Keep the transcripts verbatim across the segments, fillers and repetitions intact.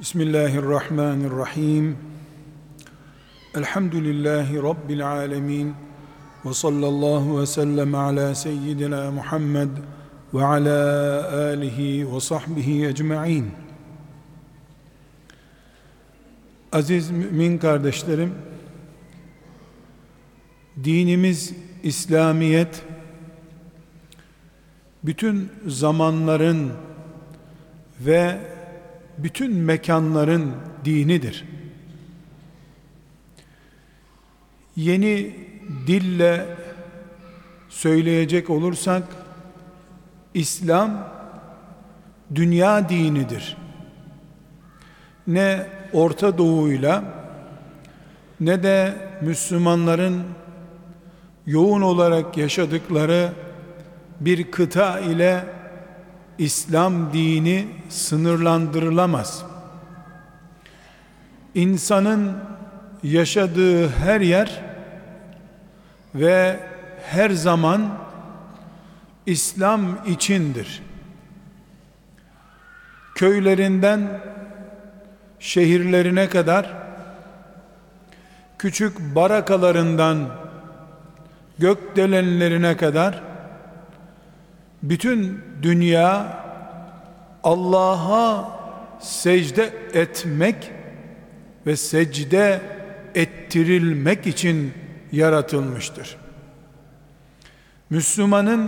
Bismillahirrahmanirrahim. Elhamdülillahi Rabbil alemin. Ve sallallahu ve sellem ala seyyidina Muhammed ve ala alihi ve sahbihi ecma'in. Aziz mümin kardeşlerim, dinimiz İslamiyet, bütün zamanların ve bütün mekanların dinidir. Yeni dille söyleyecek olursak, İslam dünya dinidir. Ne Orta Doğu'yla ne de Müslümanların yoğun olarak yaşadıkları bir kıta ile İslam dini sınırlandırılamaz. İnsanın yaşadığı her yer ve her zaman İslam içindir. Köylerinden şehirlerine kadar, küçük barakalarından gökdelenlerine kadar bütün dünya Allah'a secde etmek ve secde ettirilmek için yaratılmıştır. Müslümanın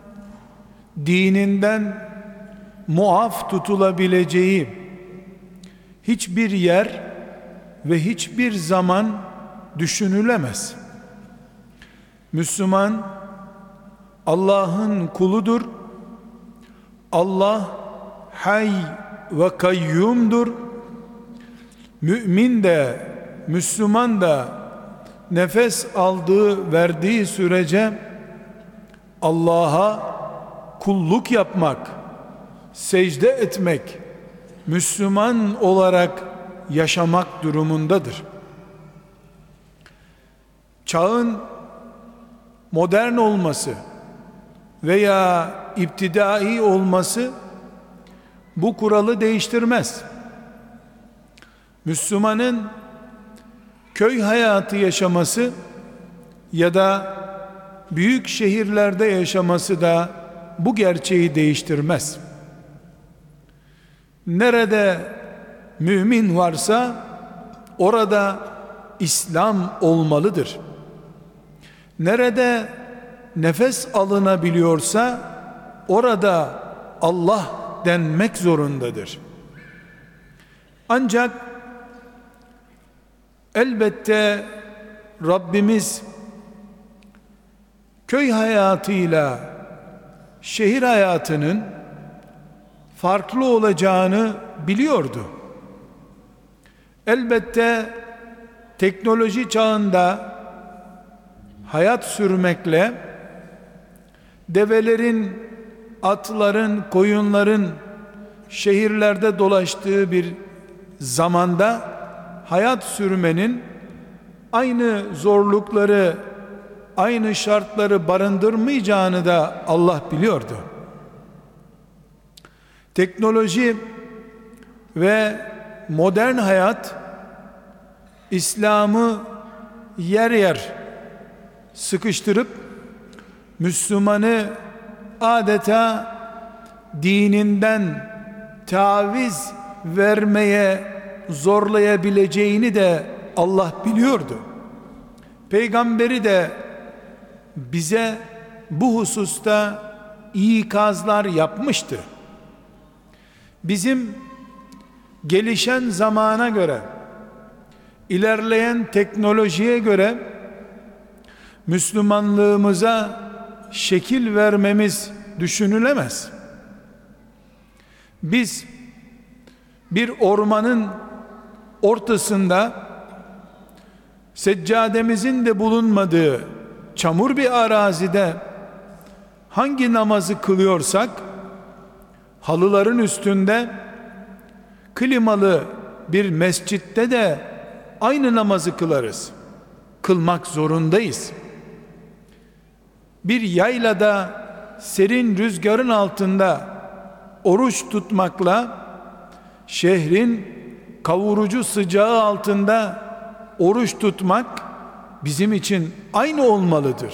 dininden muaf tutulabileceği hiçbir yer ve hiçbir zaman düşünülemez. Müslüman Allah'ın kuludur. Allah hay ve kayyumdur. Mümin de Müslüman da nefes aldığı verdiği sürece Allah'a kulluk yapmak, secde etmek, Müslüman olarak yaşamak durumundadır. Çağın modern olması veya iptidai olması bu kuralı değiştirmez. Müslümanın köy hayatı yaşaması ya da büyük şehirlerde yaşaması da bu gerçeği değiştirmez. Nerede mümin varsa orada İslam olmalıdır. Nerede nefes alınabiliyorsa orada Allah denmek zorundadır. Ancak elbette Rabbimiz köy hayatıyla şehir hayatının farklı olacağını biliyordu. Elbette teknoloji çağında hayat sürmekle develerin, atların, koyunların şehirlerde dolaştığı bir zamanda hayat sürmenin aynı zorlukları, aynı şartları barındırmayacağını da Allah biliyordu. Teknoloji ve modern hayat İslam'ı yer yer sıkıştırıp Müslümanı adeta dininden taviz vermeye zorlayabileceğini de Allah biliyordu. Peygamberi de bize bu hususta ikazlar yapmıştı. Bizim gelişen zamana göre, ilerleyen teknolojiye göre Müslümanlığımıza şekil vermemiz düşünülemez. Biz bir ormanın ortasında seccademizin de bulunmadığı çamur bir arazide hangi namazı kılıyorsak halıların üstünde klimalı bir mescitte de aynı namazı kılarız. Kılmak zorundayız. Bir yaylada serin rüzgarın altında oruç tutmakla şehrin kavurucu sıcağı altında oruç tutmak bizim için aynı olmalıdır.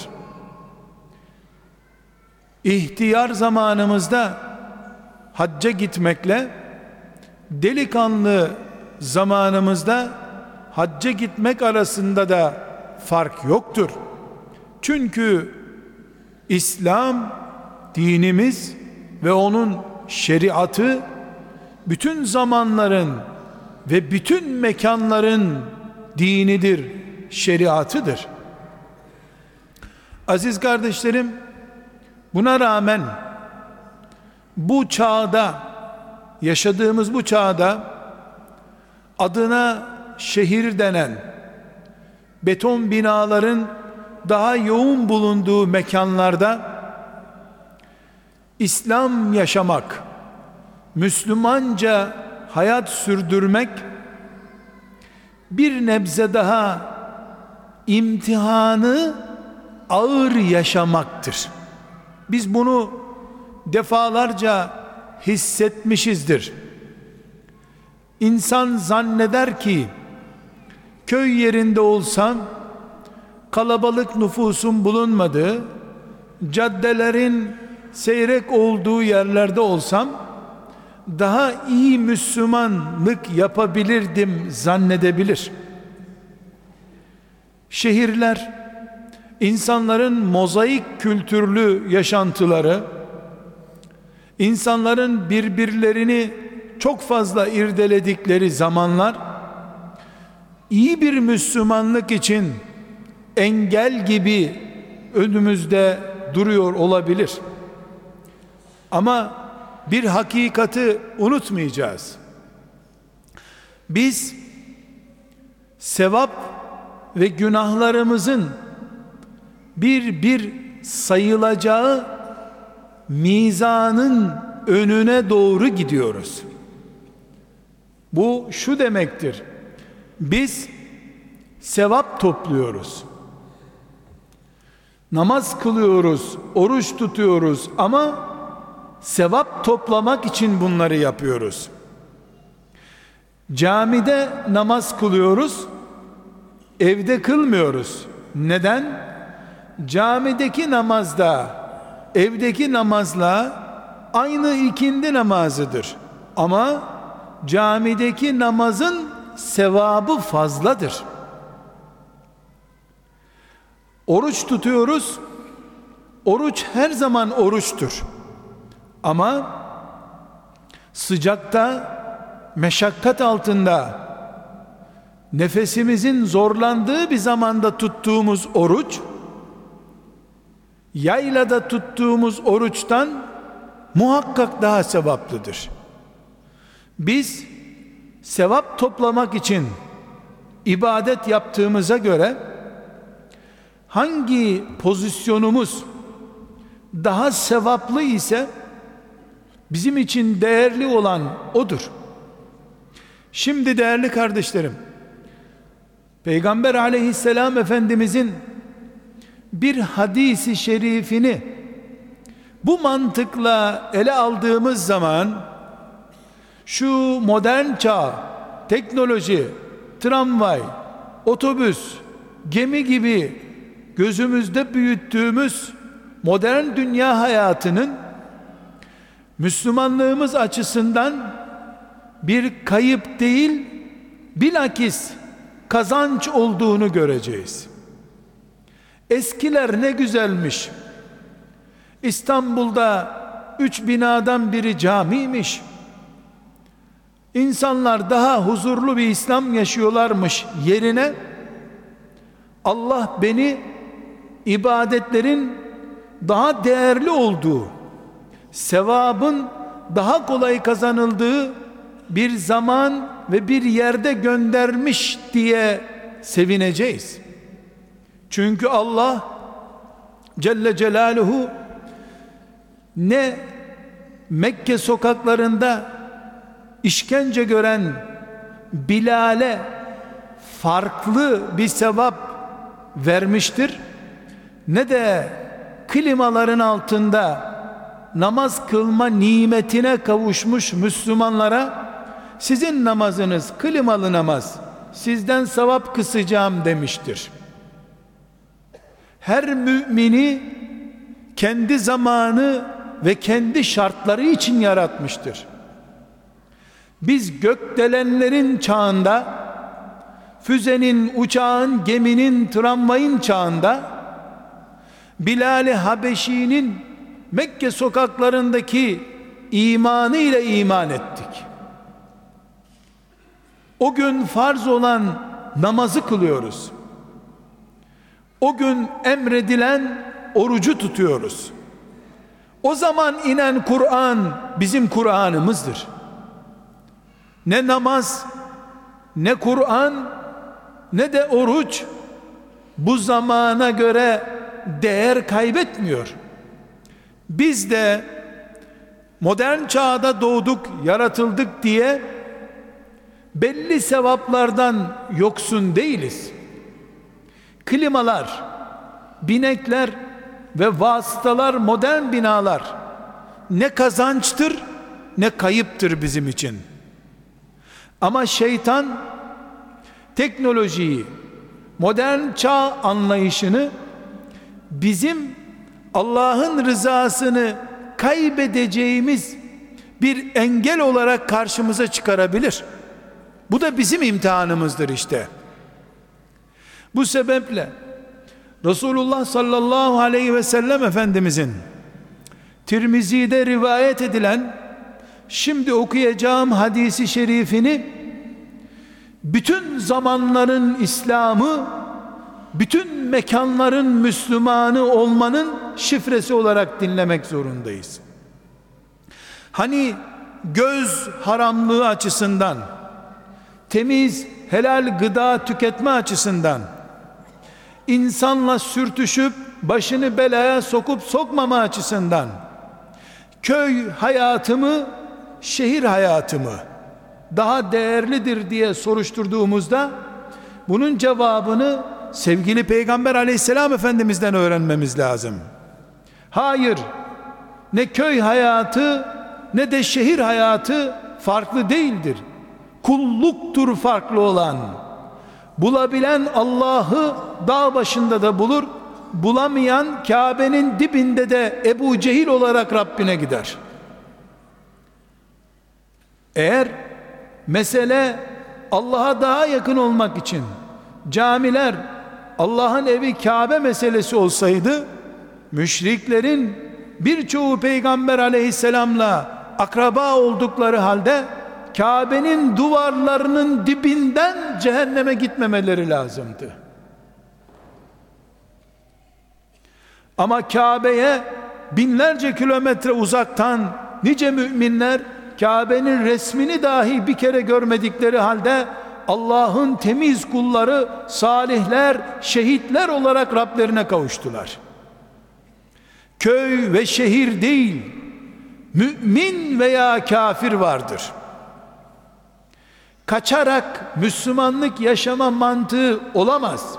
İhtiyar zamanımızda hacca gitmekle delikanlı zamanımızda hacca gitmek arasında da fark yoktur. Çünkü İslam dinimiz ve onun şeriatı bütün zamanların ve bütün mekanların dinidir, şeriatıdır. Aziz kardeşlerim, buna rağmen bu çağda, yaşadığımız bu çağda adına şehir denen beton binaların daha yoğun bulunduğu mekanlarda İslam yaşamak, Müslümanca hayat sürdürmek bir nebze daha imtihanı ağır yaşamaktır. Biz bunu defalarca hissetmişizdir. İnsan zanneder ki köy yerinde olsam, kalabalık nüfusun bulunmadığı, caddelerin seyrek olduğu yerlerde olsam daha iyi Müslümanlık yapabilirdim zannedebilir. Şehirler, insanların mozaik kültürlü yaşantıları, insanların birbirlerini çok fazla irdeledikleri zamanlar, iyi bir Müslümanlık için engel gibi önümüzde duruyor olabilir. Ama bir hakikati unutmayacağız. Biz sevap ve günahlarımızın bir bir sayılacağı mizanın önüne doğru gidiyoruz. Bu şu demektir: biz sevap topluyoruz, namaz kılıyoruz, oruç tutuyoruz ama sevap toplamak için bunları yapıyoruz. Camide namaz kılıyoruz, evde kılmıyoruz. Neden? Camideki namazda evdeki namazla aynı ikindi namazıdır. Ama camideki namazın sevabı fazladır. Oruç tutuyoruz. Oruç her zaman oruçtur. Ama sıcakta, meşakkat altında, nefesimizin zorlandığı bir zamanda tuttuğumuz oruç, yaylada tuttuğumuz oruçtan muhakkak daha sevaplıdır. Biz sevap toplamak için ibadet yaptığımıza göre hangi pozisyonumuz daha sevaplı ise bizim için değerli olan odur. Şimdi değerli kardeşlerim, Peygamber aleyhisselam Efendimizin bir hadisi şerifini bu mantıkla ele aldığımız zaman şu modern çağ, teknoloji, tramvay, otobüs, gemi gibi gözümüzde büyüttüğümüz modern dünya hayatının Müslümanlığımız açısından bir kayıp değil, bilakis kazanç olduğunu göreceğiz. Eskiler ne güzelmiş. İstanbul'da üç binadan biri camiymiş. İnsanlar daha huzurlu bir İslam yaşıyorlarmış yerine Allah beni ibadetlerin daha değerli olduğu, sevabın daha kolay kazanıldığı bir zaman ve bir yerde göndermiş diye sevineceğiz. Çünkü Allah Celle Celaluhu ne Mekke sokaklarında işkence gören Bilal'e farklı bir sevap vermiştir, ne de klimaların altında namaz kılma nimetine kavuşmuş Müslümanlara sizin namazınız klimalı namaz, sizden sevap kısacağım demiştir. Her mümini kendi zamanı ve kendi şartları için yaratmıştır. Biz gökdelenlerin çağında, füzenin, uçağın, geminin, tramvayın çağında, Bilal-i Habeşi'nin Mekke sokaklarındaki imanı ile iman ettik. O gün farz olan namazı kılıyoruz. O gün emredilen orucu tutuyoruz. O zaman inen Kur'an bizim Kur'an'ımızdır. Ne namaz, ne Kur'an, ne de oruç bu zamana göre değer kaybetmiyor. Biz de modern çağda doğduk, yaratıldık diye belli sevaplardan yoksun değiliz. Klimalar, binekler ve vasıtalar, modern binalar ne kazançtır ne kayıptır bizim için. Ama şeytan teknolojiyi, modern çağ anlayışını bizim Allah'ın rızasını kaybedeceğimiz bir engel olarak karşımıza çıkarabilir. Bu da bizim imtihanımızdır işte. Bu sebeple Resulullah sallallahu aleyhi ve sellem Efendimizin Tirmizi'de rivayet edilen şimdi okuyacağım hadisi şerifini bütün zamanların İslam'ı, bütün mekanların Müslümanı olmanın şifresi olarak dinlemek zorundayız. Hani göz haramlığı açısından, temiz helal gıda tüketme açısından, insanla sürtüşüp başını belaya sokup sokmama açısından, köy hayatımı, şehir hayatımı daha değerlidir diye soruşturduğumuzda bunun cevabını sevgili Peygamber aleyhisselam Efendimiz'den öğrenmemiz lazım. Hayır, ne köy hayatı ne de şehir hayatı farklı değildir. Kulluktur farklı olan. Bulabilen Allah'ı dağ başında da bulur, bulamayan Kabe'nin dibinde de Ebu Cehil olarak Rabbine gider. Eğer mesele Allah'a daha yakın olmak için camiler, Allah'ın evi Kabe meselesi olsaydı, müşriklerin birçoğu Peygamber aleyhisselamla akraba oldukları halde Kabe'nin duvarlarının dibinden cehenneme gitmemeleri lazımdı. Ama Kabe'ye binlerce kilometre uzaktan nice müminler Kabe'nin resmini dahi bir kere görmedikleri halde Allah'ın temiz kulları, salihler, şehitler olarak Rablerine kavuştular. Köy ve şehir değil, mümin veya kafir vardır. Kaçarak Müslümanlık yaşama mantığı olamaz.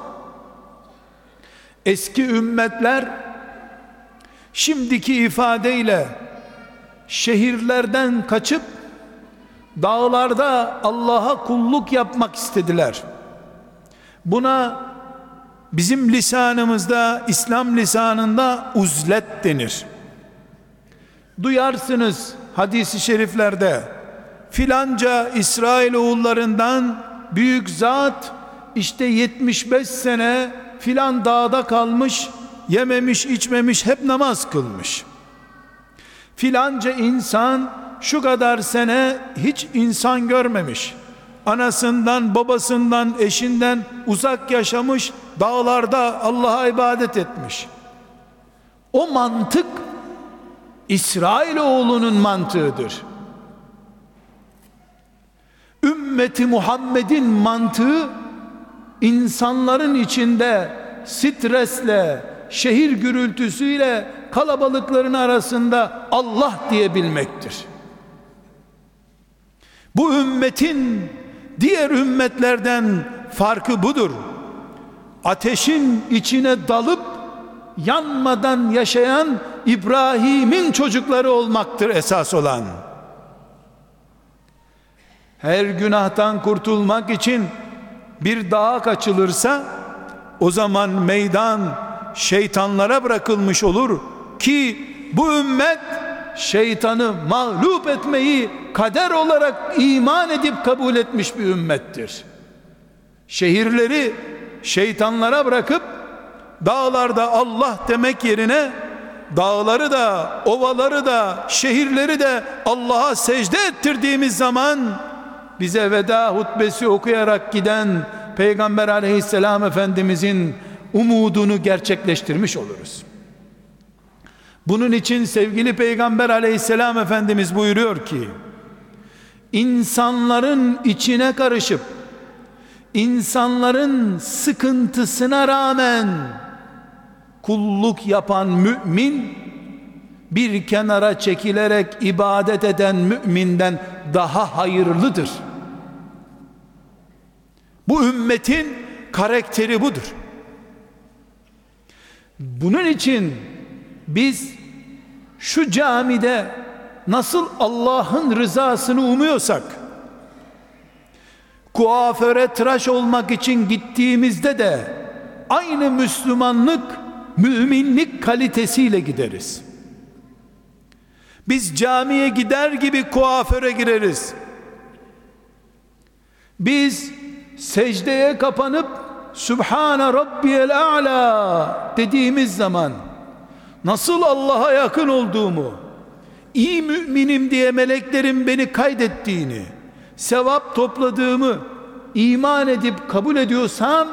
Eski ümmetler şimdiki ifadeyle şehirlerden kaçıp dağlarda Allah'a kulluk yapmak istediler. Buna bizim lisanımızda, İslam lisanında uzlet denir. Duyarsınız hadis-i şeriflerde, filanca İsrailoğullarından büyük zat işte yetmiş beş sene filan dağda kalmış, yememiş içmemiş, hep namaz kılmış. Filanca insan şu kadar sene hiç insan görmemiş, anasından babasından eşinden uzak yaşamış, dağlarda Allah'a ibadet etmiş. O mantık İsrailoğlunun mantığıdır. Ümmeti Muhammed'in mantığı insanların içinde stresle, şehir gürültüsüyle, kalabalıkların arasında Allah diyebilmektir. Bu ümmetin diğer ümmetlerden farkı budur. Ateşin içine dalıp yanmadan yaşayan İbrahim'in çocukları olmaktır esas olan. her günahtan kurtulmak için bir dağa kaçılırsa, o zaman meydan şeytanlara bırakılmış olur ki bu ümmet şeytanı mağlup etmeyi kader olarak iman edip kabul etmiş bir ümmettir. Şehirleri şeytanlara bırakıp dağlarda Allah demek yerine dağları da, ovaları da, şehirleri de Allah'a secde ettirdiğimiz zaman bize veda hutbesi okuyarak giden Peygamber aleyhisselam Efendimizin umudunu gerçekleştirmiş oluruz. Bunun için sevgili Peygamber aleyhisselam Efendimiz buyuruyor ki, insanların içine karışıp insanların sıkıntısına rağmen kulluk yapan mümin, bir kenara çekilerek ibadet eden müminden daha hayırlıdır. Bu ümmetin karakteri budur. Bunun için biz şu camide nasıl Allah'ın rızasını umuyorsak, kuaföre tıraş olmak için gittiğimizde de aynı Müslümanlık, müminlik kalitesiyle gideriz. Biz camiye gider gibi kuaföre gireriz. Biz secdeye kapanıp Sübhane Rabbiyel A'la dediğimiz zaman nasıl Allah'a yakın olduğumu, iyi müminim diye meleklerin beni kaydettiğini, sevap topladığımı iman edip kabul ediyorsam,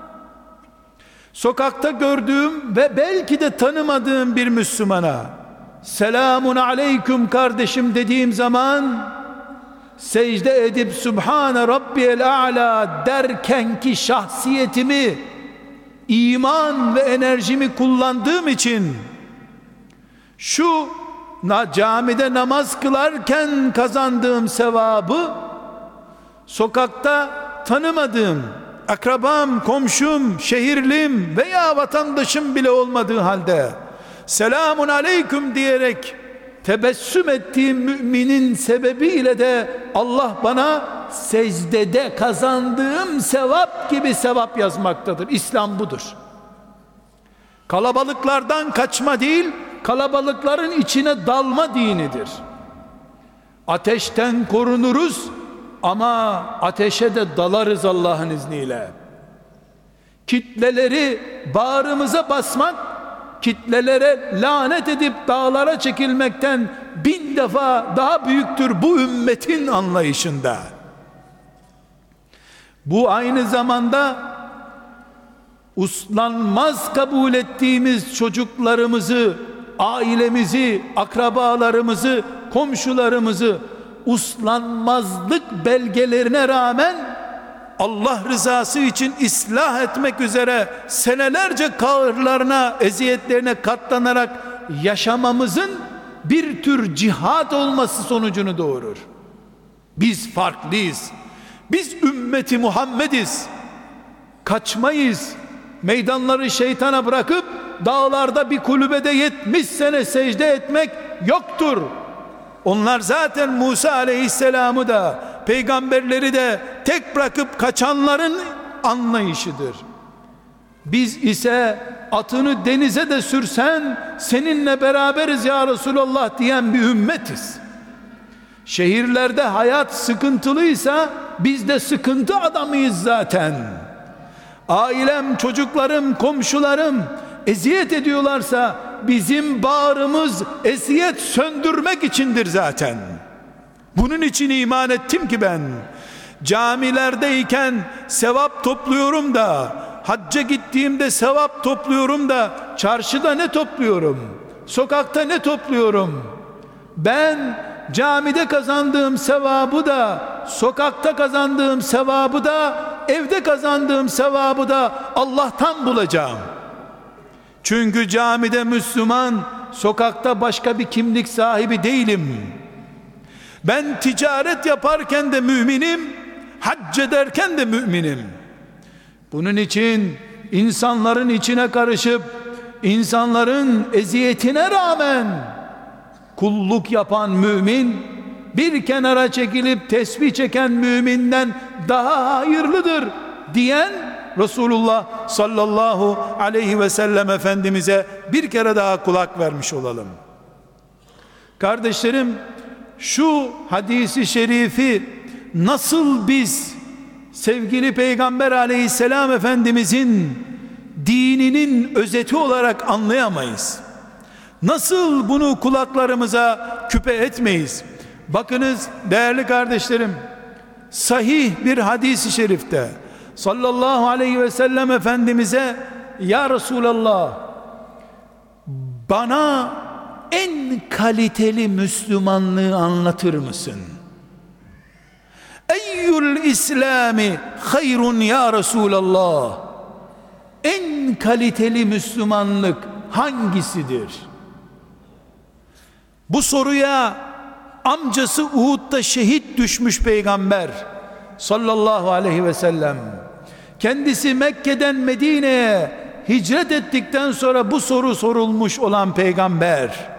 sokakta gördüğüm ve belki de tanımadığım bir Müslümana selamun aleyküm kardeşim dediğim zaman, secde edip Sübhane Rabbiyel A'la derken ki şahsiyetimi, iman ve enerjimi kullandığım için şu camide namaz kılarken kazandığım sevabı sokakta tanımadığım akrabam, komşum, şehirlim veya vatandaşım bile olmadığı halde selamun aleyküm diyerek tebessüm ettiğim müminin sebebiyle de Allah bana secdede kazandığım sevap gibi sevap yazmaktadır. İslam budur. Kalabalıklardan kaçma değil, kalabalıkların içine dalma dinidir. Ateşten korunuruz ama ateşe de dalarız Allah'ın izniyle. Kitleleri bağrımıza basmak, kitlelere lanet edip dağlara çekilmekten bin defa daha büyüktür bu ümmetin anlayışında. Bu aynı zamanda uslanmaz kabul ettiğimiz çocuklarımızı, ailemizi, akrabalarımızı, komşularımızı uslanmazlık belgelerine rağmen Allah rızası için ıslah etmek üzere senelerce kahırlarına, eziyetlerine katlanarak yaşamamızın bir tür cihat olması sonucunu doğurur. Biz farklıyız. Biz ümmeti Muhammediz. Kaçmayız. Meydanları şeytana bırakıp dağlarda bir kulübede yetmiş sene secde etmek yoktur. Onlar zaten Musa aleyhisselamı da peygamberleri de tek bırakıp kaçanların anlayışıdır. Biz ise atını denize de sürsen seninle beraberiz ya Resulallah diyen bir ümmetiz. Şehirlerde hayat sıkıntılıysa biz de sıkıntı adamıyız zaten. Ailem, çocuklarım, komşularım eziyet ediyorlarsa bizim bağrımız eziyet söndürmek içindir zaten. Bunun için iman ettim ki ben camilerdeyken sevap topluyorum da, hacca gittiğimde sevap topluyorum da, çarşıda ne topluyorum, sokakta ne topluyorum? Ben camide kazandığım sevabı da, sokakta kazandığım sevabı da, evde kazandığım sevabı da Allah'tan bulacağım. Çünkü camide Müslüman, sokakta başka bir kimlik sahibi değilim. Ben ticaret yaparken de müminim, hac ederken de müminim. Bunun için insanların içine karışıp insanların eziyetine rağmen kulluk yapan mümin bir kenara çekilip tesbih çeken müminden daha hayırlıdır diyen Resulullah sallallahu aleyhi ve sellem Efendimiz'e bir kere daha kulak vermiş olalım. Kardeşlerim, şu hadisi şerifi nasıl biz sevgili Peygamber aleyhisselam Efendimizin dininin özeti olarak anlayamayız? Nasıl bunu kulaklarımıza küpe etmeyiz? Bakınız değerli kardeşlerim, sahih bir hadis-i şerifte sallallahu aleyhi ve sellem Efendimiz'e ya Resulallah, bana en kaliteli Müslümanlığı anlatır mısın? Eyyül İslami hayrun ya Resulallah, en kaliteli Müslümanlık hangisidir? Bu soruya amcası Uhud'da şehit düşmüş Peygamber sallallahu aleyhi ve sellem, kendisi Mekke'den Medine'ye hicret ettikten sonra bu soru sorulmuş olan Peygamber,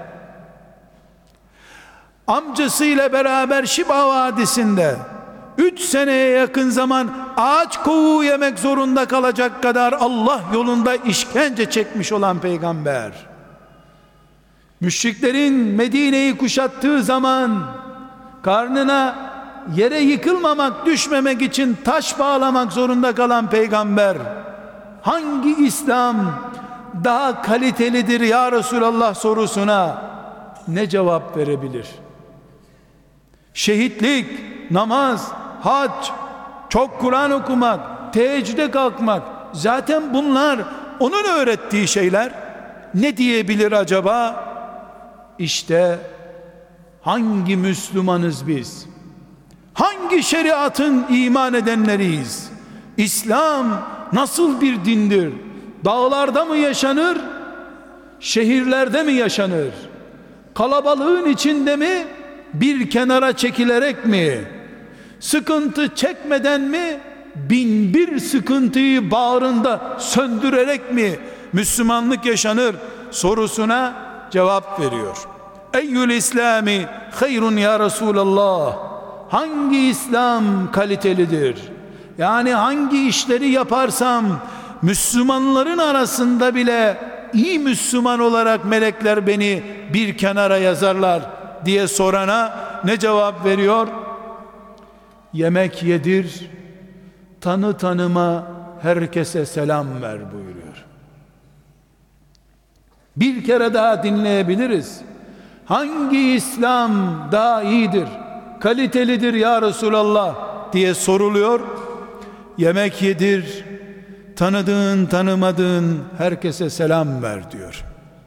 amcasıyla beraber Şiba Vadisi'nde üç seneye yakın zaman ağaç kovuğu yemek zorunda kalacak kadar Allah yolunda işkence çekmiş olan Peygamber, müşriklerin Medine'yi kuşattığı zaman karnına yere yıkılmamak, düşmemek için taş bağlamak zorunda kalan Peygamber, hangi İslam daha kalitelidir ya Resulallah sorusuna ne cevap verebilir? Şehitlik, namaz, hac, çok Kur'an okumak, teheccüde kalkmak, zaten bunlar onun öğrettiği şeyler. Ne diyebilir acaba? İşte hangi Müslümanız biz? Hangi şeriatın iman edenleriyiz? İslam nasıl bir dindir? Dağlarda mı yaşanır? Şehirlerde mi yaşanır? Kalabalığın içinde mi? Bir kenara çekilerek mi? Sıkıntı çekmeden mi? Bin bir sıkıntıyı bağrında söndürerek mi Müslümanlık yaşanır sorusuna cevap veriyor. Eyyül İslami hayrun ya Resulallah, hangi İslam kalitelidir? Yani hangi işleri yaparsam Müslümanların arasında bile iyi Müslüman olarak melekler beni bir kenara yazarlar diye sorana ne cevap veriyor? Yemek yedir, tanı tanıma herkese selam ver buyuruyor. Bir kere daha dinleyebiliriz. Hangi İslam daha iyidir, kalitelidir ya Resulallah diye soruluyor. Yemek yedir, tanıdığın tanımadığın herkese selam ver diyor.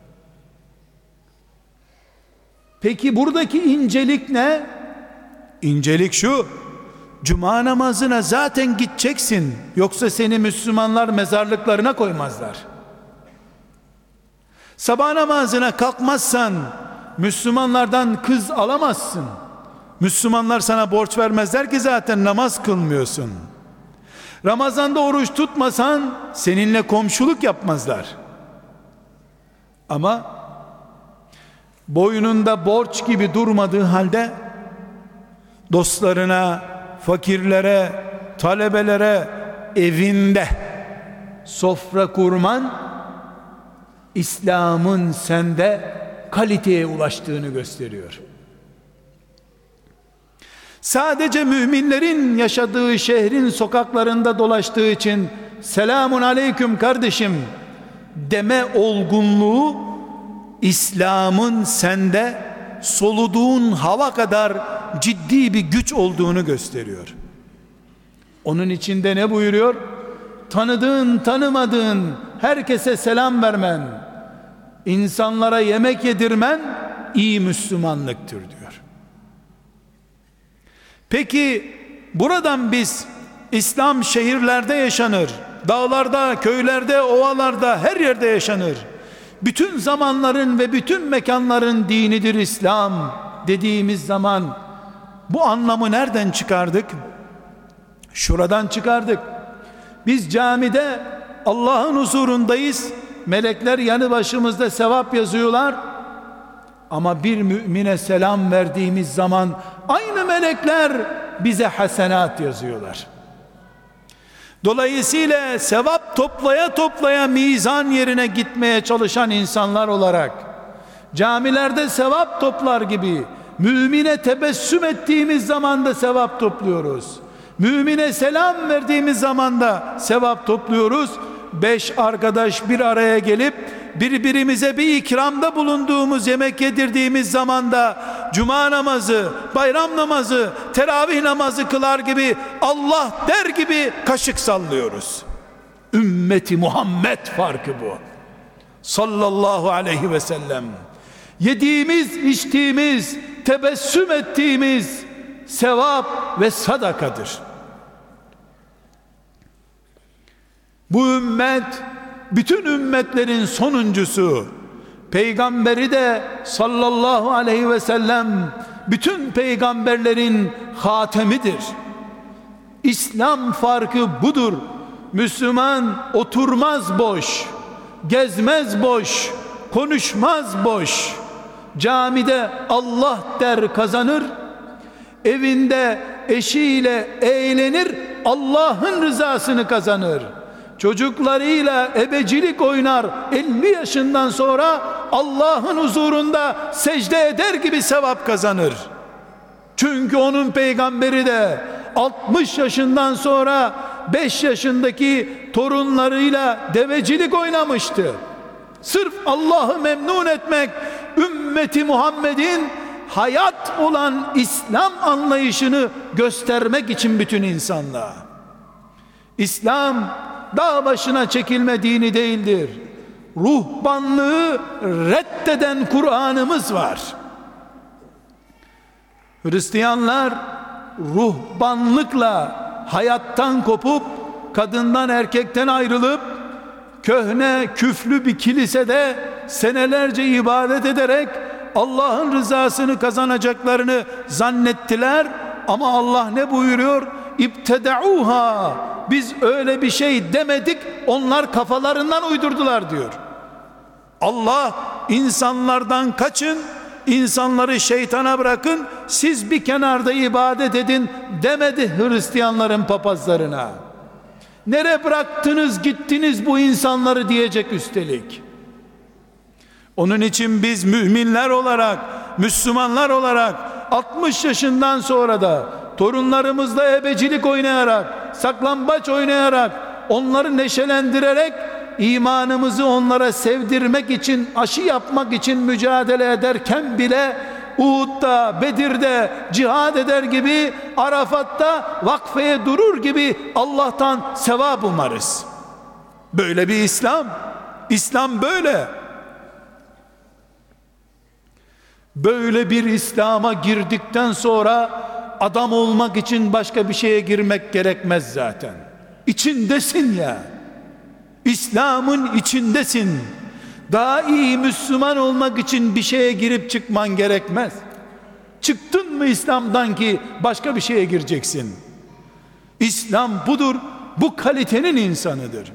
Peki buradaki incelik ne? İncelik şu: Cuma namazına zaten gideceksin, yoksa seni Müslümanlar mezarlıklarına koymazlar. Sabah namazına kalkmazsan Müslümanlardan kız alamazsın. Müslümanlar sana borç vermezler ki zaten namaz kılmıyorsun. Ramazanda oruç tutmasan seninle komşuluk yapmazlar. Ama boynunda borç gibi durmadığı halde dostlarına, fakirlere, talebelere evinde sofra kurman İslam'ın sende kaliteye ulaştığını gösteriyor. Sadece müminlerin yaşadığı şehrin sokaklarında dolaştığı için selamun aleyküm kardeşim deme olgunluğu, İslam'ın sende soluduğun hava kadar ciddi bir güç olduğunu gösteriyor. Onun içinde ne buyuruyor? Tanıdığın tanımadığın herkese selam vermen, insanlara yemek yedirmen iyi Müslümanlıktır diyor. Peki buradan biz İslam şehirlerde yaşanır, dağlarda, köylerde, ovalarda, her yerde yaşanır, bütün zamanların ve bütün mekanların dinidir İslam dediğimiz zaman bu anlamı nereden çıkardık? Şuradan çıkardık. Biz camide Allah'ın huzurundayız, melekler yanı başımızda sevap yazıyorlar, ama bir mümine selam verdiğimiz zaman aynı melekler bize hasenat yazıyorlar. Dolayısıyla sevap toplaya toplaya mizan yerine gitmeye çalışan insanlar olarak, camilerde sevap toplar gibi mümine tebessüm ettiğimiz zaman da sevap topluyoruz. Mümine selam verdiğimiz zaman da sevap topluyoruz. Beş arkadaş bir araya gelip birbirimize bir ikramda bulunduğumuz, yemek yedirdiğimiz zaman da cuma namazı, bayram namazı, teravih namazı kılar gibi, Allah der gibi kaşık sallıyoruz. Ümmeti Muhammed farkı bu. Sallallahu aleyhi ve sellem. Yediğimiz, içtiğimiz, tebessüm ettiğimiz sevap ve sadakadır. Bu ümmet bütün ümmetlerin sonuncusu, peygamberi de sallallahu aleyhi ve sellem bütün peygamberlerin hatemidir. İslam farkı budur. Müslüman oturmaz boş, gezmez boş, konuşmaz boş. Camide Allah der kazanır, evinde eşiyle eğlenir, Allah'ın rızasını kazanır. Çocuklarıyla ebecilik oynar, elli yaşından sonra Allah'ın huzurunda secde eder gibi sevap kazanır. Çünkü onun peygamberi de altmış yaşından sonra beş yaşındaki torunlarıyla devecilik oynamıştı. Sırf Allah'ı memnun etmek, ümmeti Muhammed'in hayat olan İslam anlayışını göstermek için bütün insanlığa. İslam dağ başına çekilme dini değildir. Ruhbanlığı reddeden Kur'an'ımız var. Hristiyanlar ruhbanlıkla hayattan kopup, kadından erkekten ayrılıp, köhne küflü bir kilisede senelerce ibadet ederek Allah'ın rızasını kazanacaklarını zannettiler. Ama Allah ne buyuruyor? İbtedauha, biz öyle bir şey demedik, onlar kafalarından uydurdular diyor. Allah insanlardan kaçın, insanları şeytana bırakın, siz bir kenarda ibadet edin demedi Hristiyanların papazlarına. Nereye bıraktınız gittiniz bu insanları diyecek üstelik. Onun için biz müminler olarak, Müslümanlar olarak altmış yaşından sonra da torunlarımızla ebecilik oynayarak, saklambaç oynayarak, onları neşelendirerek, imanımızı onlara sevdirmek için, aşı yapmak için mücadele ederken bile Uhud'da, Bedir'de cihad eder gibi, Arafat'ta vakfeye durur gibi Allah'tan sevap umarız. Böyle bir İslam. İslam böyle. Böyle bir İslam'a girdikten sonra adam olmak için başka bir şeye girmek gerekmez zaten. İçindesin ya. İslam'ın içindesin. Daha iyi Müslüman olmak için bir şeye girip çıkman gerekmez. Çıktın mı İslam'dan ki başka bir şeye gireceksin. İslam budur. Bu kalitenin insanıdır.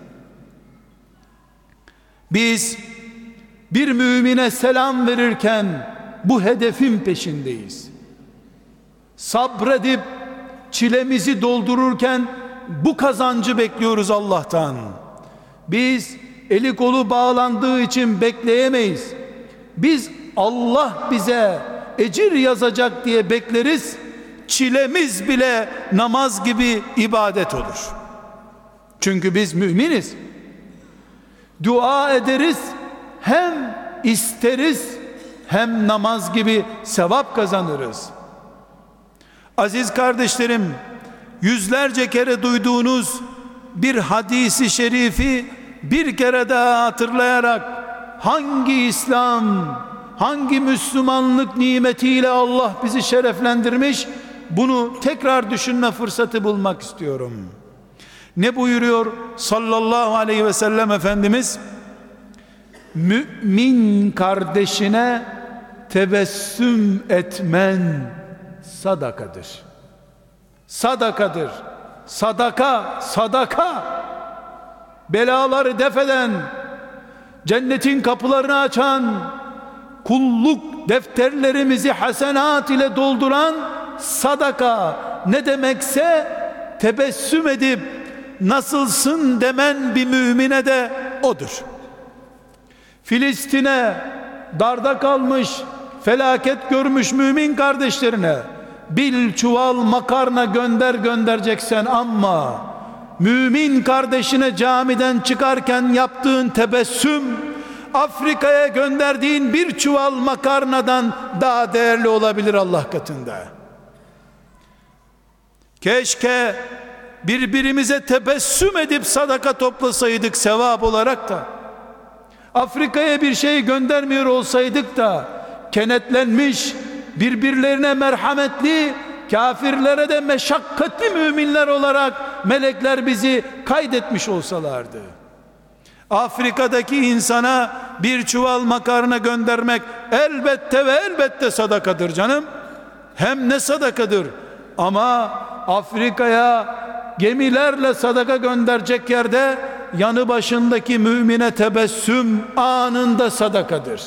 Biz bir mümine selam verirken bu hedefin peşindeyiz. Sabredip çilemizi doldururken bu kazancı bekliyoruz Allah'tan. Biz eli kolu bağlandığı için bekleyemeyiz. Biz Allah bize ecir yazacak diye bekleriz. Çilemiz bile namaz gibi ibadet olur. Çünkü biz müminiz. Dua ederiz, hem isteriz hem namaz gibi sevap kazanırız. Aziz kardeşlerim, yüzlerce kere duyduğunuz bir hadisi şerifi bir kere daha hatırlayarak, hangi İslam, hangi Müslümanlık nimetiyle Allah bizi şereflendirmiş, bunu tekrar düşünme fırsatı bulmak istiyorum. Ne buyuruyor sallallahu aleyhi ve sellem Efendimiz? Mümin kardeşine tebessüm etmen sadakadır. Sadakadır. Sadaka, sadaka. Belaları defeden, cennetin kapılarını açan, kulluk defterlerimizi hasenat ile dolduran sadaka ne demekse tebessüm edip nasılsın demen bir mümine de odur. Filistin'e darda kalmış, felaket görmüş mümin kardeşlerine bir çuval makarna gönder göndereceksen, ama mümin kardeşine camiden çıkarken yaptığın tebessüm Afrika'ya gönderdiğin bir çuval makarnadan daha değerli olabilir Allah katında. Keşke birbirimize tebessüm edip sadaka toplasaydık sevap olarak da, Afrika'ya bir şey göndermiyor olsaydık da kenetlenmiş, birbirlerine merhametli, kafirlere de meşakkatli müminler olarak melekler bizi kaydetmiş olsalardı. Afrika'daki insana bir çuval makarna göndermek elbette ve elbette sadakadır canım. Hem ne sadakadır, ama Afrika'ya gemilerle sadaka gönderecek yerde yanı başındaki mümine tebessüm anında sadakadır.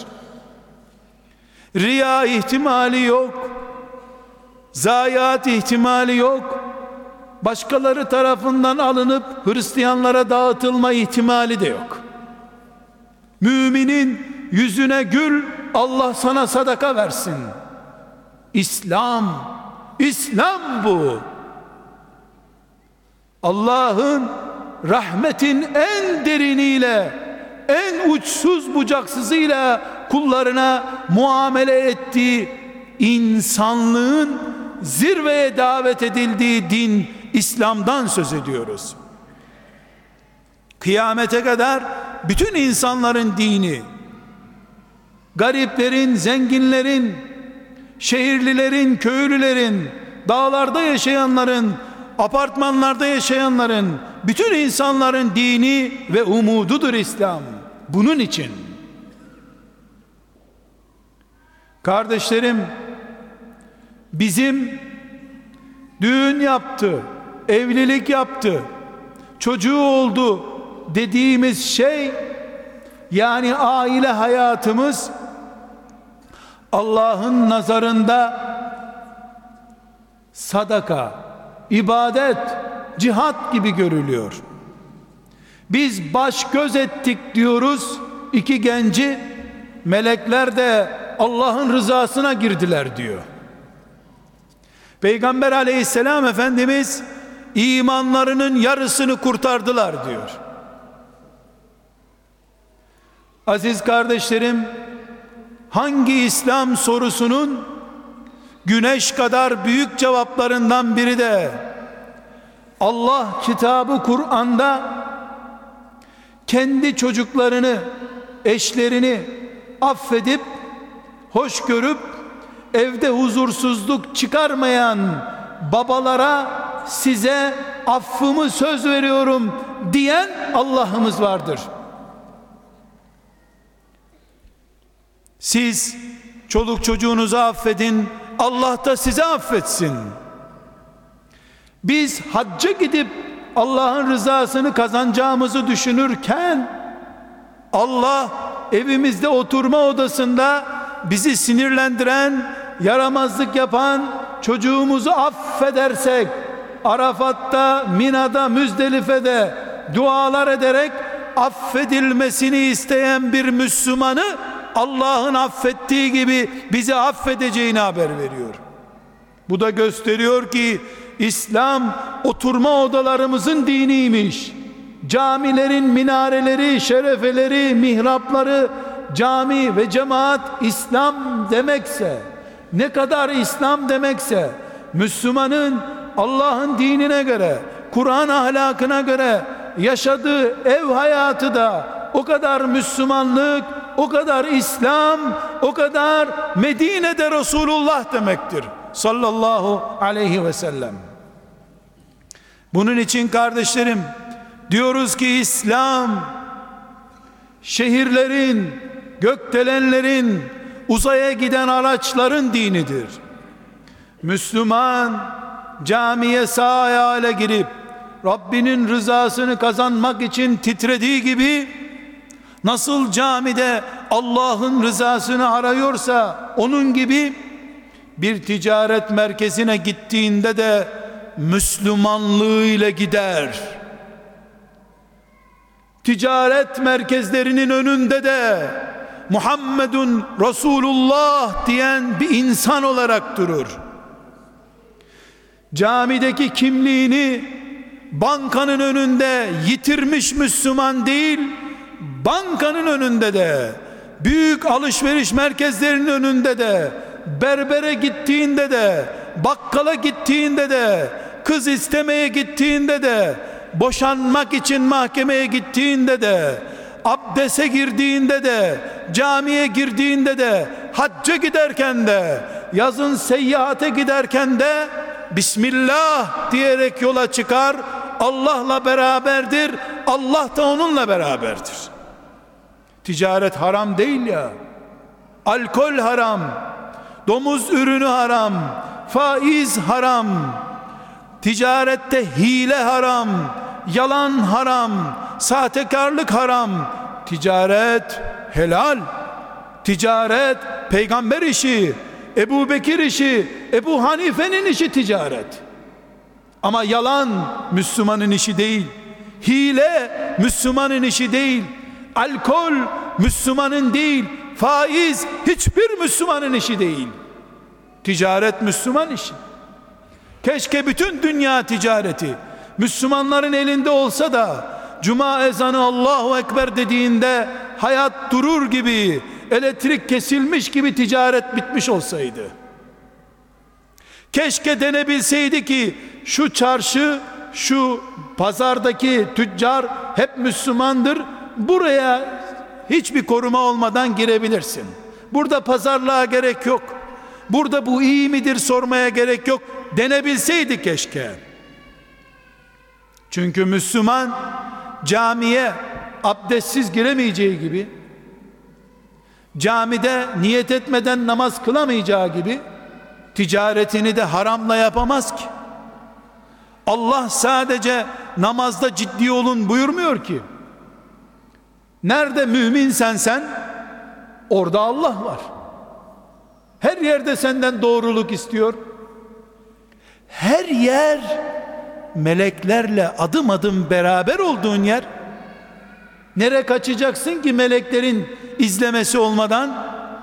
Riya ihtimali yok, zayiat ihtimali yok, başkaları tarafından alınıp Hristiyanlara dağıtılma ihtimali de yok. Müminin yüzüne gül, Allah sana sadaka versin. İslam, İslam bu. Allah'ın rahmetin en deriniyle, en uçsuz bucaksızıyla kullarına muamele ettiği, insanlığın zirveye davet edildiği din İslam'dan söz ediyoruz. Kıyamete kadar bütün insanların dini, gariplerin, zenginlerin, şehirlilerin, köylülerin, dağlarda yaşayanların, apartmanlarda yaşayanların, bütün insanların dini ve umududur İslam. Bunun için kardeşlerim, bizim düğün yaptı, evlilik yaptı, çocuğu oldu dediğimiz şey, yani aile hayatımız Allah'ın nazarında sadaka, ibadet, cihat gibi görülüyor. Biz baş göz ettik diyoruz iki genci, melekler de Allah'ın rızasına girdiler diyor. Peygamber aleyhisselam Efendimiz imanlarının yarısını kurtardılar diyor. Aziz kardeşlerim, hangi İslam sorusunun güneş kadar büyük cevaplarından biri de Allah kitabı Kur'an'da kendi çocuklarını, eşlerini affedip, hoş görüp evde huzursuzluk çıkarmayan babalara size affımı söz veriyorum diyen Allah'ımız vardır. Siz çoluk çocuğunuzu affedin, Allah da size affetsin. Biz hacca gidip Allah'ın rızasını kazanacağımızı düşünürken, Allah evimizde oturma odasında bizi sinirlendiren, yaramazlık yapan çocuğumuzu affedersek, Arafat'ta, Mina'da, Müzdelife'de dualar ederek affedilmesini isteyen bir Müslümanı Allah'ın affettiği gibi bizi affedeceğini haber veriyor. Bu da gösteriyor ki İslam oturma odalarımızın diniymiş. Camilerin minareleri, şerefeleri, mihrapları, cami ve cemaat İslam demekse, ne kadar İslam demekse, Müslümanın Allah'ın dinine göre, Kur'an ahlakına göre yaşadığı ev hayatı da o kadar Müslümanlık, o kadar İslam, o kadar Medine'de Resulullah demektir sallallahu aleyhi ve sellem. Bunun için kardeşlerim, diyoruz ki İslam şehirlerin, gökdelenlerin, uzaya giden araçların dinidir. Müslüman camiye sağ ayağıyla girip Rabbinin rızasını kazanmak için titrediği gibi, nasıl camide Allah'ın rızasını arıyorsa onun gibi bir ticaret merkezine gittiğinde de Müslümanlığıyla gider. Ticaret merkezlerinin önünde de Muhammedun Resulullah diyen bir insan olarak durur. Camideki kimliğini bankanın önünde yitirmiş Müslüman değil, bankanın önünde de, büyük alışveriş merkezlerinin önünde de, berbere gittiğinde de, bakkala gittiğinde de, kız istemeye gittiğinde de, boşanmak için mahkemeye gittiğinde de, abdese girdiğinde de, camiye girdiğinde de, hacca giderken de, yazın seyahate giderken de Bismillah diyerek yola çıkar. Allah'la beraberdir, Allah da onunla beraberdir. Ticaret haram değil ya. Alkol haram, domuz ürünü haram, faiz haram, ticarette hile haram, yalan haram, sahtekarlık haram. Ticaret helal. Ticaret peygamber işi, Ebu Bekir işi, Ebu Hanife'nin işi ticaret. Ama yalan Müslümanın işi değil. Hile Müslümanın işi değil. Alkol Müslümanın değil. Faiz hiçbir Müslümanın işi değil. Ticaret Müslüman işi. Keşke bütün dünya ticareti Müslümanların elinde olsa da cuma ezanı Allahu Ekber dediğinde hayat durur gibi, elektrik kesilmiş gibi ticaret bitmiş olsaydı. Keşke denebilseydi ki şu çarşı, şu pazardaki tüccar hep Müslümandır, buraya hiçbir koruma olmadan girebilirsin. Burada pazarlığa gerek yok. Burada bu iyi midir sormaya gerek yok denebilseydi keşke. Çünkü Müslüman camiye abdestsiz giremeyeceği gibi, camide niyet etmeden namaz kılamayacağı gibi, ticaretini de haramla yapamaz ki. Allah sadece namazda ciddi olun buyurmuyor ki. Nerede müminsen sen, orada Allah var. Her yerde senden doğruluk istiyor. Her yer meleklerle adım adım beraber olduğun yer. Nereye kaçacaksın ki meleklerin izlemesi olmadan?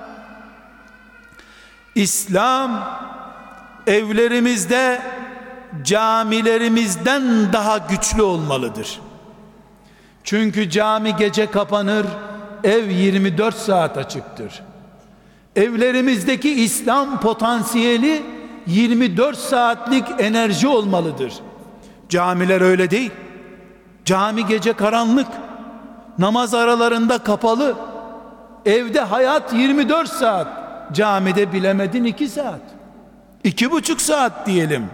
İslam evlerimizde camilerimizden daha güçlü olmalıdır. Çünkü cami gece kapanır, ev yirmi dört saat açıktır. Evlerimizdeki İslam potansiyeli yirmi dört saatlik enerji olmalıdır. Camiler öyle değil. Cami gece karanlık, namaz aralarında kapalı. Evde hayat yirmi dört saat, camide bilemedin iki saat, iki buçuk saat diyelim.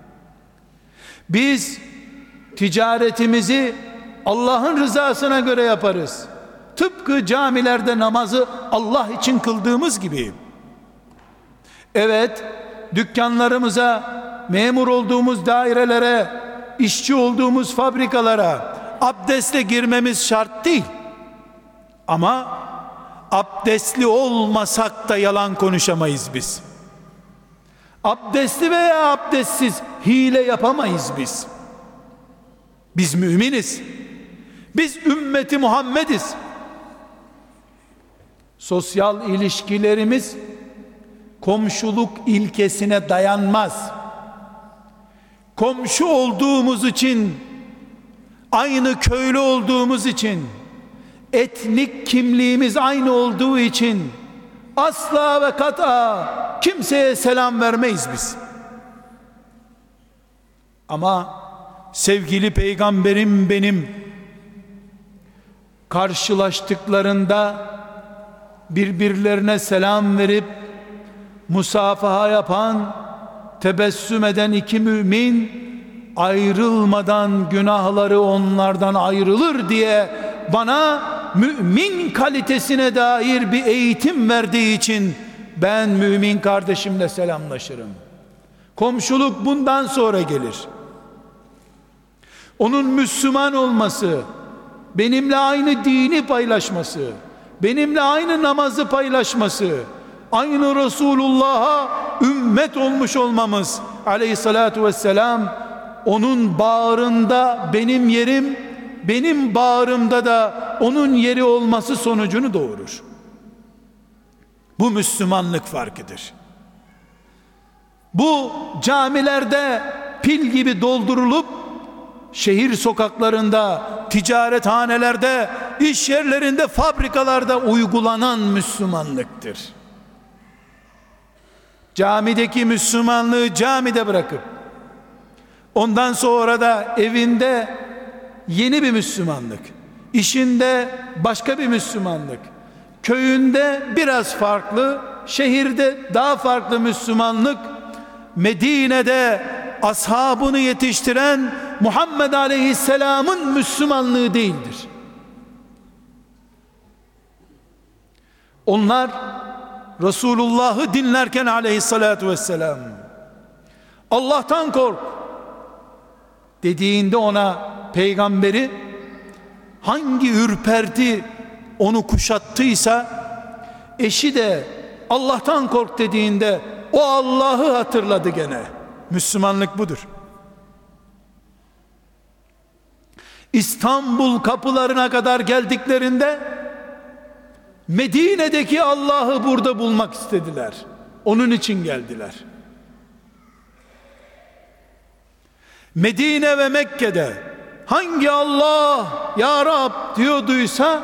Biz ticaretimizi Allah'ın rızasına göre yaparız. Tıpkı camilerde namazı Allah için kıldığımız gibi. Evet, dükkanlarımıza, memur olduğumuz dairelere, işçi olduğumuz fabrikalara abdestle girmemiz şart değil. Ama abdestli olmasak da yalan konuşamayız biz. Abdestli veya abdestsiz hile yapamayız biz. Biz müminiz. Biz ümmeti Muhammediz. Sosyal ilişkilerimiz komşuluk ilkesine dayanmaz. Komşu olduğumuz için, aynı köylü olduğumuz için, etnik kimliğimiz aynı olduğu için asla ve kat'a kimseye selam vermeyiz biz. Ama sevgili peygamberim benim karşılaştıklarında birbirlerine selam verip musafaha yapan, tebessüm eden iki mümin ayrılmadan günahları onlardan ayrılır diye bana mümin kalitesine dair bir eğitim verdiği için ben mümin kardeşimle selamlaşırım. Komşuluk bundan sonra gelir. Onun Müslüman olması, benimle aynı dini paylaşması, benimle aynı namazı paylaşması, aynı Resulullah'a ümmet olmuş olmamız, aleyhissalatu vesselam, onun bağrında benim yerim, benim bağrımda da onun yeri olması sonucunu doğurur. Bu Müslümanlık farkıdır. Bu camilerde pil gibi doldurulup şehir sokaklarında, ticarethanelerde, iş yerlerinde, fabrikalarda uygulanan Müslümanlıktır. Camideki Müslümanlığı camide bırakıp ondan sonra da evinde yeni bir Müslümanlık, işinde başka bir Müslümanlık, köyünde biraz farklı, şehirde daha farklı Müslümanlık, Medine'de ashabını yetiştiren Muhammed Aleyhisselam'ın Müslümanlığı değildir. Onlar Resulullah'ı dinlerken aleyhissalatu vesselam, Allah'tan kork dediğinde ona peygamberi, hangi ürperti onu kuşattıysa, eşi de Allah'tan kork dediğinde o Allah'ı hatırladı gene. Müslümanlık budur. İstanbul kapılarına kadar geldiklerinde Medine'deki Allah'ı burada bulmak istediler. Onun için geldiler. Medine ve Mekke'de hangi Allah ya Rab diyorduysa,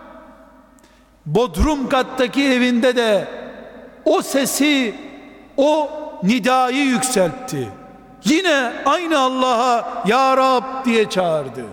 Bodrum kattaki evinde de o sesi, o nidayı yükseltti. Yine aynı Allah'a ya Rab diye çağırdı.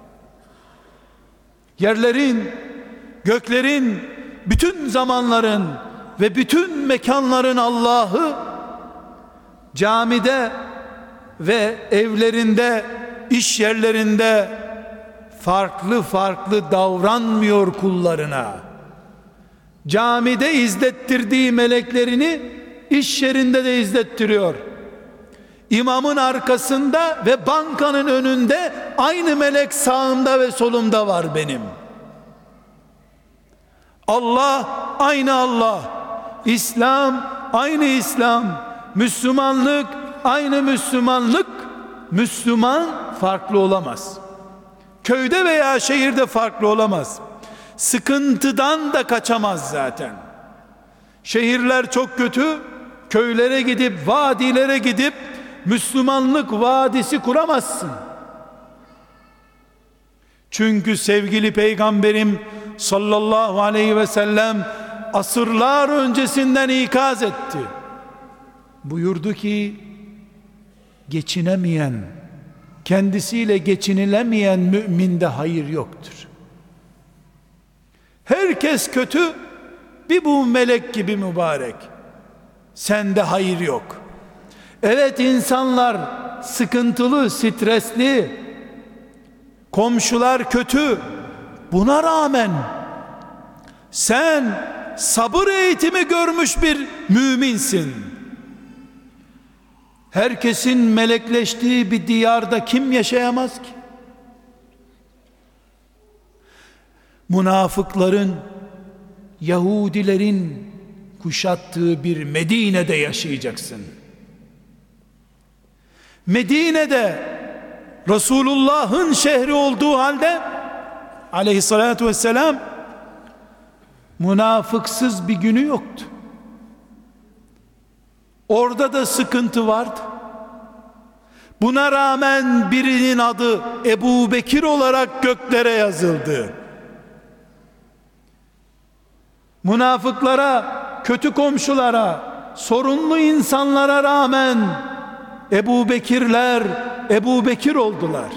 Yerlerin, göklerin, bütün zamanların ve bütün mekanların Allah'ı camide ve evlerinde, iş yerlerinde farklı farklı davranmıyor kullarına. Camide izlettirdiği meleklerini iş yerinde de izlettiriyor. İmamın arkasında ve bankanın önünde aynı melek sağımda ve solumda var benim. Allah aynı Allah, İslam aynı İslam, Müslümanlık aynı Müslümanlık. Müslüman farklı olamaz. Köyde veya şehirde farklı olamaz. Sıkıntıdan da kaçamaz zaten. Şehirler çok kötü, köylere gidip, vadilere gidip Müslümanlık vadisi kuramazsın. Çünkü sevgili Peygamberim sallallahu aleyhi ve sellem asırlar öncesinden ikaz etti. Buyurdu ki, geçinemeyen, kendisiyle geçinilemeyen müminde hayır yoktur. Herkes kötü, bir bu melek gibi mübarek. Sende hayır yok. Evet, insanlar sıkıntılı, stresli, komşular kötü. Buna rağmen sen sabır eğitimi görmüş bir müminsin. Herkesin melekleştiği bir diyarda kim yaşayamaz ki? Münafıkların, Yahudilerin kuşattığı bir Medine'de yaşayacaksın. Medine'de Resulullah'ın şehri olduğu halde aleyhissalatu vesselam münafıksız bir günü yoktu. Orada da sıkıntı vardı. Buna rağmen birinin adı Ebu Bekir olarak göklere yazıldı. Münafıklara, kötü komşulara, sorunlu insanlara rağmen Ebu Bekirler Ebu Bekir oldular.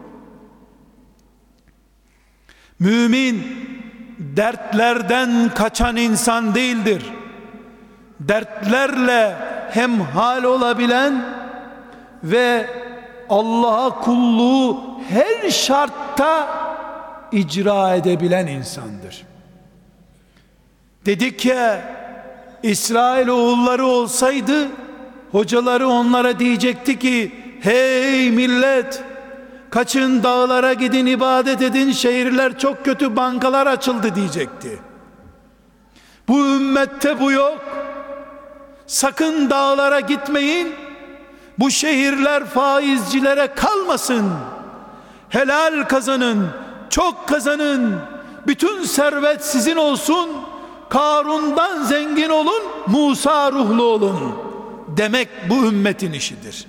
Mümin dertlerden kaçan insan değildir. Dertlerle hemhal olabilen ve Allah'a kulluğu her şartta icra edebilen insandır. Dedik ya, İsrail oğulları olsaydı hocaları onlara diyecekti ki, hey millet, kaçın dağlara gidin, ibadet edin, şehirler çok kötü, bankalar açıldı diyecekti. Bu ümmette bu yok. sakın dağlara gitmeyin, bu şehirler faizcilere kalmasın, helal kazanın, çok kazanın, bütün servet sizin olsun, Karun'dan zengin olun, Musa ruhlu olun demek bu ümmetin işidir.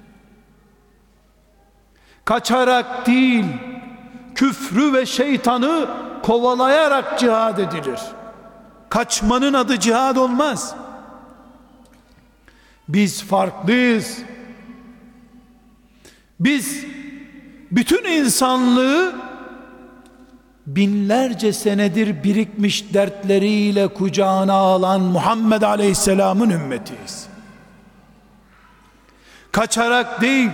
Kaçarak değil, küfrü ve şeytanı kovalayarak cihad edilir. Kaçmanın adı cihad olmaz. Biz farklıyız. Biz bütün insanlığı binlerce senedir birikmiş dertleriyle kucağına alan Muhammed Aleyhisselam'ın ümmetiyiz. Kaçarak değil,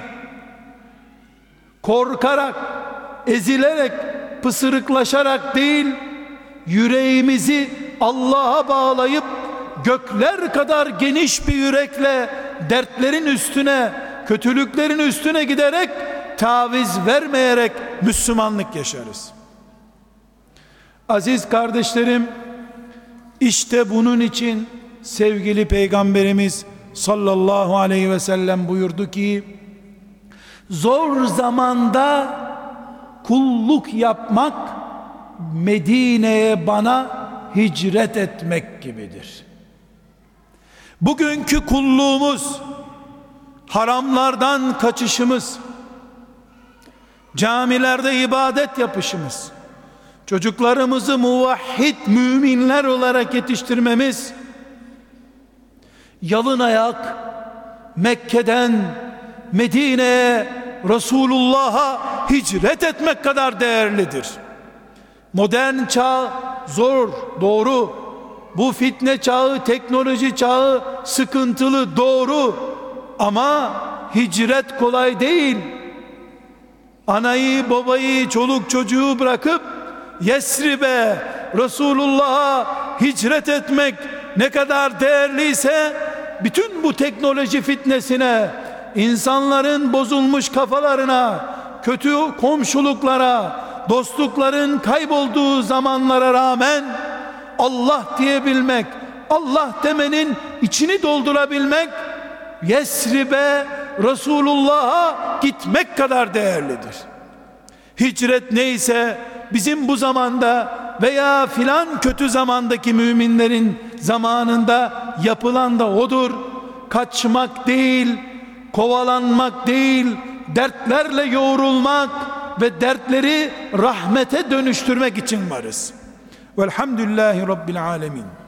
korkarak, ezilerek, pısırıklaşarak değil, yüreğimizi Allah'a bağlayıp gökler kadar geniş bir yürekle dertlerin üstüne, kötülüklerin üstüne giderek, taviz vermeyerek Müslümanlık yaşarız. Aziz kardeşlerim, işte bunun için sevgili Peygamberimiz sallallahu aleyhi ve sellem buyurdu ki, zor zamanda kulluk yapmak Medine'ye bana hicret etmek gibidir. Bugünkü kulluğumuz, haramlardan kaçışımız, camilerde ibadet yapışımız, çocuklarımızı muvahhid müminler olarak yetiştirmemiz, yalın ayak Mekke'den Medine'ye Resulullah'a hicret etmek kadar değerlidir. Modern çağ zor, doğru. Bu fitne çağı, teknoloji çağı sıkıntılı, doğru. Ama hicret kolay değil. Anayı, babayı, çoluk çocuğu bırakıp Yesrib'e, Resulullah'a hicret etmek ne kadar değerliyse, bütün bu teknoloji fitnesine, insanların bozulmuş kafalarına, kötü komşuluklara, dostlukların kaybolduğu zamanlara rağmen Allah diyebilmek, Allah demenin içini doldurabilmek, Yesrib'e, Resulullah'a gitmek kadar değerlidir. Hicret neyse bizim bu zamanda veya filan kötü zamandaki müminlerin zamanında yapılan da odur. Kaçmak değil, kovalanmak değil, dertlerle yoğrulmak ve dertleri rahmete dönüştürmek için varız. Velhamdülillahi Rabbil alemin.